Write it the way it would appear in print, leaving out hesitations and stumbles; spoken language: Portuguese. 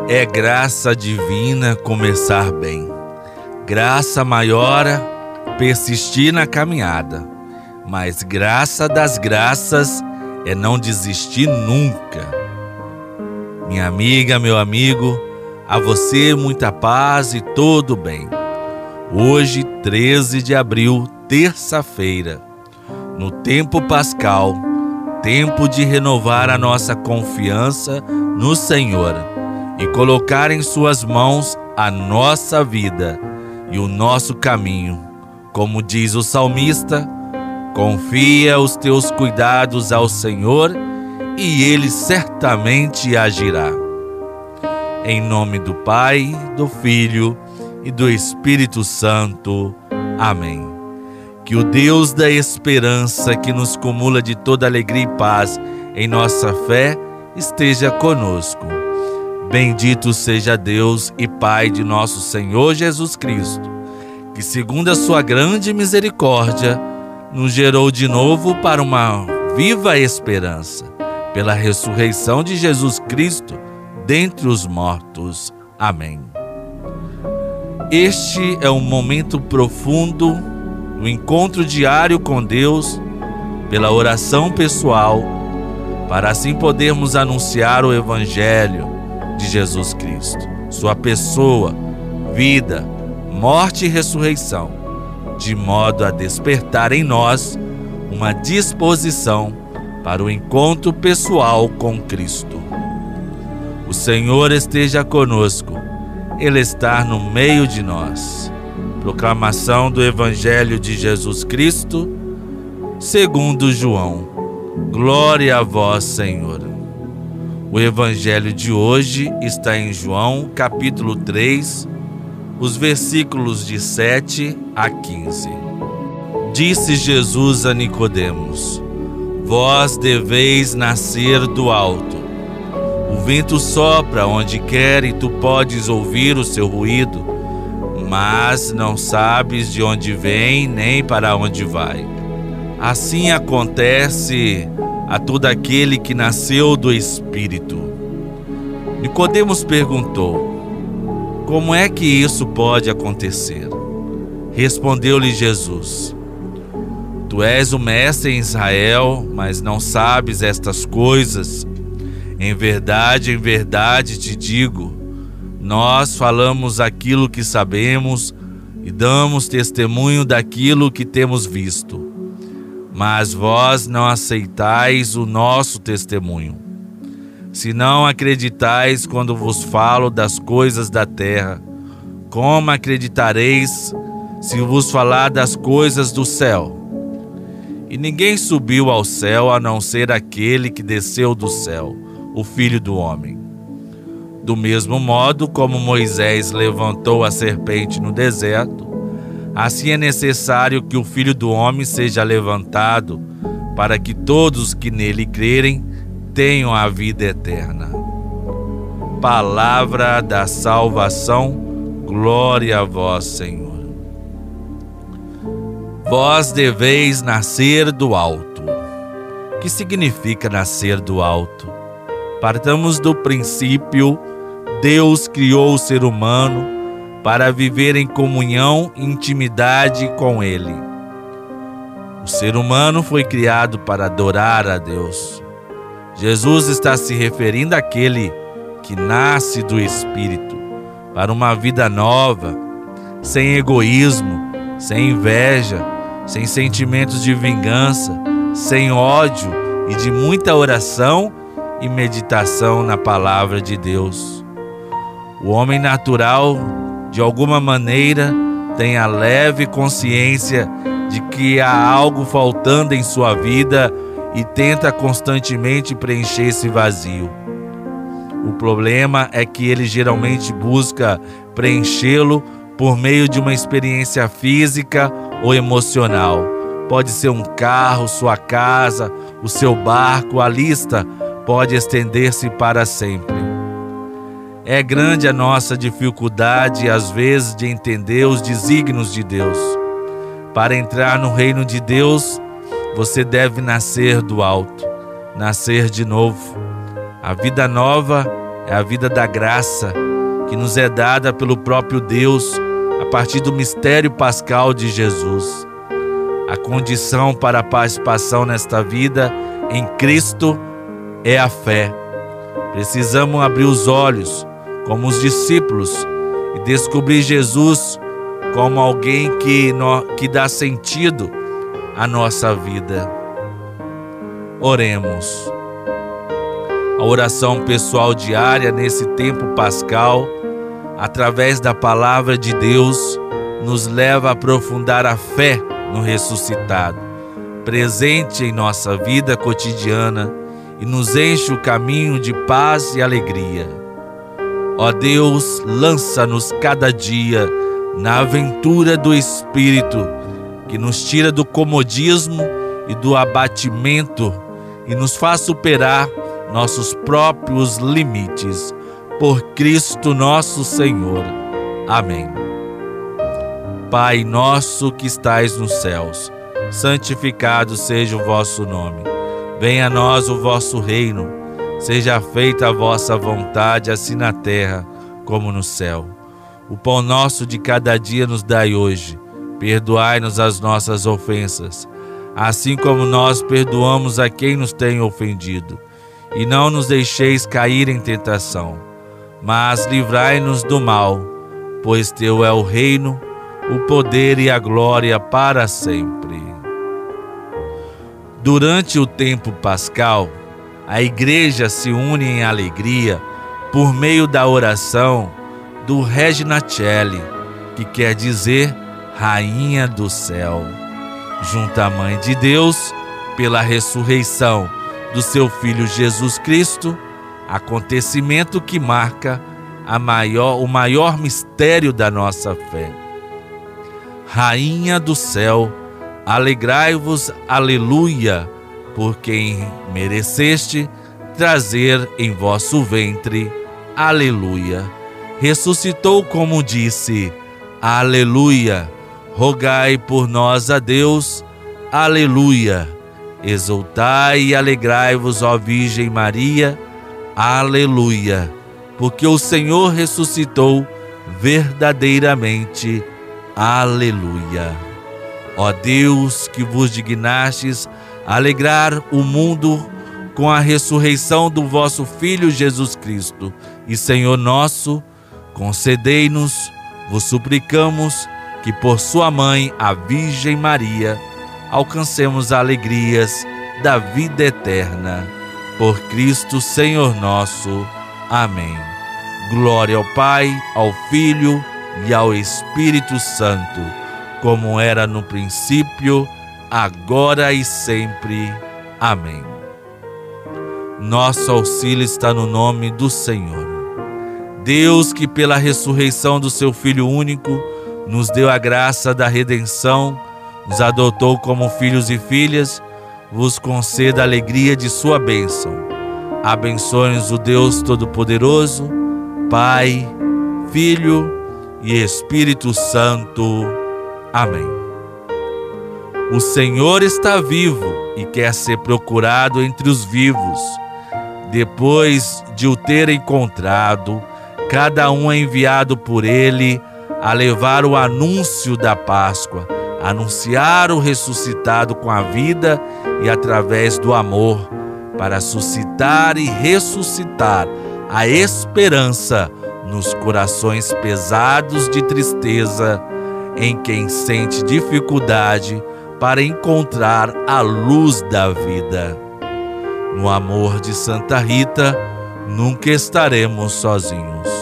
É graça divina começar bem. Graça maior persistir na caminhada. Mas graça das graças é não desistir nunca. Minha amiga, meu amigo, a você muita paz e todo bem. Hoje, 13 de abril, terça-feira, no tempo pascal, tempo de renovar a nossa confiança no Senhor e colocar em suas mãos a nossa vida e o nosso caminho. Como diz o salmista, confia os teus cuidados ao Senhor e Ele certamente agirá. Em nome do Pai, do Filho e do Espírito Santo. Amém. Que o Deus da esperança, que nos cumula de toda alegria e paz em nossa fé, esteja conosco. Bendito seja Deus e Pai de nosso Senhor Jesus Cristo, que segundo a sua grande misericórdia, nos gerou de novo para uma viva esperança, pela ressurreição de Jesus Cristo dentre os mortos. Amém. Este é um momento profundo, um encontro diário com Deus, pela oração pessoal, para assim podermos anunciar o Evangelho de Jesus Cristo, sua pessoa, vida, morte e ressurreição, de modo a despertar em nós uma disposição para o encontro pessoal com Cristo. O Senhor esteja conosco, Ele está no meio de nós. Proclamação do Evangelho de Jesus Cristo, segundo João. Glória a vós, Senhor. O Evangelho de hoje está em João, capítulo 3, os versículos de 7 a 15. Disse Jesus a Nicodemos: vós deveis nascer do alto. O vento sopra onde quer e tu podes ouvir o seu ruído, mas não sabes de onde vem nem para onde vai. Assim acontece a todo aquele que nasceu do Espírito. Nicodemos perguntou: como é que isso pode acontecer? Respondeu-lhe Jesus: tu és o mestre em Israel, mas não sabes estas coisas. Em verdade te digo, nós falamos aquilo que sabemos e damos testemunho daquilo que temos visto. Mas vós não aceitais o nosso testemunho. Se não acreditais quando vos falo das coisas da terra, como acreditareis se vos falar das coisas do céu? E ninguém subiu ao céu a não ser aquele que desceu do céu, o Filho do Homem. Do mesmo modo como Moisés levantou a serpente no deserto, assim é necessário que o Filho do Homem seja levantado, para que todos que nele crerem tenham a vida eterna. Palavra da salvação, glória a vós, Senhor. Vós deveis nascer do alto. O que significa nascer do alto? Partamos do princípio: Deus criou o ser humano para viver em comunhão e intimidade com Ele. O ser humano foi criado para adorar a Deus. Jesus está se referindo àquele que nasce do Espírito, para uma vida nova, sem egoísmo, sem inveja, sem sentimentos de vingança, sem ódio e de muita oração e meditação na palavra de Deus. O homem natural, de alguma maneira, tem a leve consciência de que há algo faltando em sua vida e tenta constantemente preencher esse vazio. O problema é que ele geralmente busca preenchê-lo por meio de uma experiência física ou emocional. Pode ser um carro, sua casa, o seu barco, a lista pode estender-se para sempre. É grande a nossa dificuldade, às vezes, de entender os desígnios de Deus. Para entrar no reino de Deus, você deve nascer do alto, nascer de novo. A vida nova é a vida da graça que nos é dada pelo próprio Deus a partir do mistério pascal de Jesus. A condição para a participação nesta vida em Cristo é a fé. Precisamos abrir os olhos, como os discípulos, e descobrir Jesus como alguém que dá sentido à nossa vida. Oremos. A oração pessoal diária nesse tempo pascal, através da palavra de Deus, nos leva a aprofundar a fé no ressuscitado, presente em nossa vida cotidiana, e nos enche o caminho de paz e alegria. Ó Deus, lança-nos cada dia na aventura do Espírito, que nos tira do comodismo e do abatimento e nos faz superar nossos próprios limites. Por Cristo nosso Senhor. Amém. Pai nosso que estais nos céus, santificado seja o vosso nome. Venha a nós o vosso reino. Seja feita a vossa vontade, assim na terra como no céu. O pão nosso de cada dia nos dai hoje. Perdoai-nos as nossas ofensas, assim como nós perdoamos a quem nos tem ofendido. E não nos deixeis cair em tentação, mas livrai-nos do mal, pois teu é o reino, o poder e a glória para sempre. Durante o tempo pascal, a igreja se une em alegria por meio da oração do Regina Coeli, que quer dizer Rainha do Céu, junto à Mãe de Deus, pela ressurreição do seu Filho Jesus Cristo, acontecimento que marca o maior mistério da nossa fé. Rainha do Céu, alegrai-vos, aleluia, por quem mereceste trazer em vosso ventre, aleluia. Ressuscitou como disse, aleluia. Rogai por nós a Deus, aleluia. Exultai e alegrai-vos, ó Virgem Maria, aleluia. Porque o Senhor ressuscitou verdadeiramente, aleluia. Ó Deus, que vos dignastes alegrar o mundo com a ressurreição do vosso Filho Jesus Cristo, e Senhor nosso, concedei-nos, vos suplicamos, que por sua mãe, a Virgem Maria, alcancemos alegrias da vida eterna. Por Cristo Senhor nosso. Amém. Glória ao Pai, ao Filho e ao Espírito Santo, como era no princípio, agora e sempre. Amém. Nosso auxílio está no nome do Senhor. Deus, que pela ressurreição do seu Filho único nos deu a graça da redenção, nos adotou como filhos e filhas, vos conceda a alegria de sua bênção. Abençoe-nos o Deus Todo-Poderoso, Pai, Filho e Espírito Santo. Amém. O Senhor está vivo e quer ser procurado entre os vivos. Depois de o ter encontrado, cada um é enviado por ele a levar o anúncio da Páscoa, anunciar o ressuscitado com a vida e através do amor, para suscitar e ressuscitar a esperança nos corações pesados de tristeza, em quem sente dificuldade para encontrar a luz da vida. No amor de Santa Rita, nunca estaremos sozinhos.